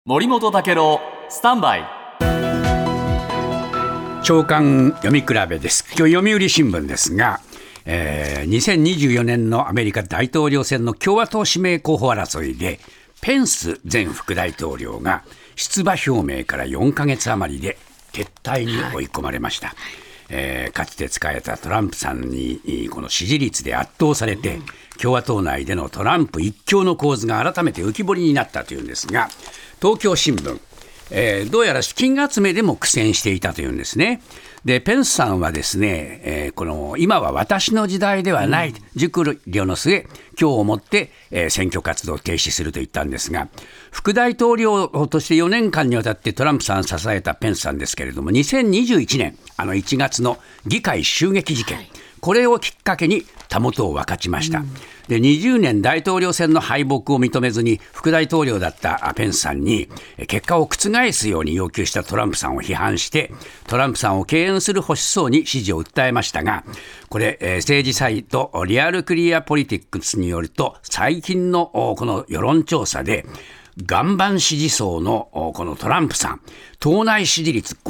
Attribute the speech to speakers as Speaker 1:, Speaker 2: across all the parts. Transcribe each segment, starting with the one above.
Speaker 1: 森本武郎スタンバイ
Speaker 2: 朝刊読み比べです。今日読売新聞ですが、2024年のアメリカ大統領選の共和党指名候補争いでペンス前副大統領が出馬表明から4ヶ月余りで撤退に追い込まれました。かつて仕えたトランプさんにこの支持率で圧倒されて、共和党内でのトランプ一強の構図が改めて浮き彫りになったというんですが、東京新聞、どうやら資金集めでも苦戦していたというんですね。でペンスさんはですね、この今は私の時代ではない、熟慮の末今日をもって、選挙活動を停止すると言ったんですが、副大統領として4年間にわたってトランプさんを支えたペンスさんですけれども、2021年1月の議会襲撃事件、これをきっかけにたもとを分かちました。で20年大統領選の敗北を認めずに副大統領だったペンスさんに結果を覆すように要求したトランプさんを批判して、トランプさんを敬遠する保守層に支持を訴えましたが、これ、政治サイトリアルクリアポリティックスによると、最近のこの世論調査で岩盤支持層のこのトランプさん、党内支持率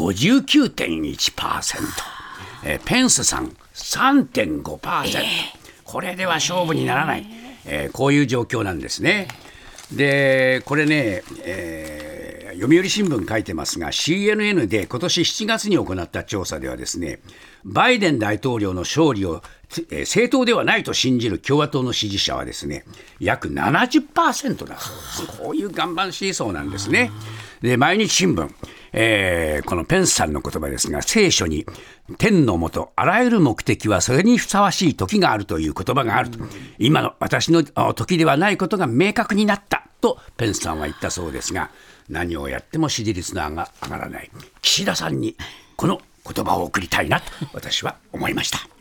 Speaker 2: 59.1%、ペンスさん 3.5%、これでは勝負にならない、こういう状況なんですね。でこれね、読売新聞書いてますが、 CNN で今年7月に行った調査ではですね、バイデン大統領の勝利を正当ではないと信じる共和党の支持者はですね、約 70% だそうです。こういう岩盤支持層なんですね。で毎日新聞、このペンスさんの言葉ですが、聖書に天の下あらゆる目的はそれにふさわしい時があるという言葉があると、今の私の時ではないことが明確になったとペンスさんは言ったそうですが、何をやっても支持率の上がらない岸田さんにこの言葉を送りたいなと私は思いました。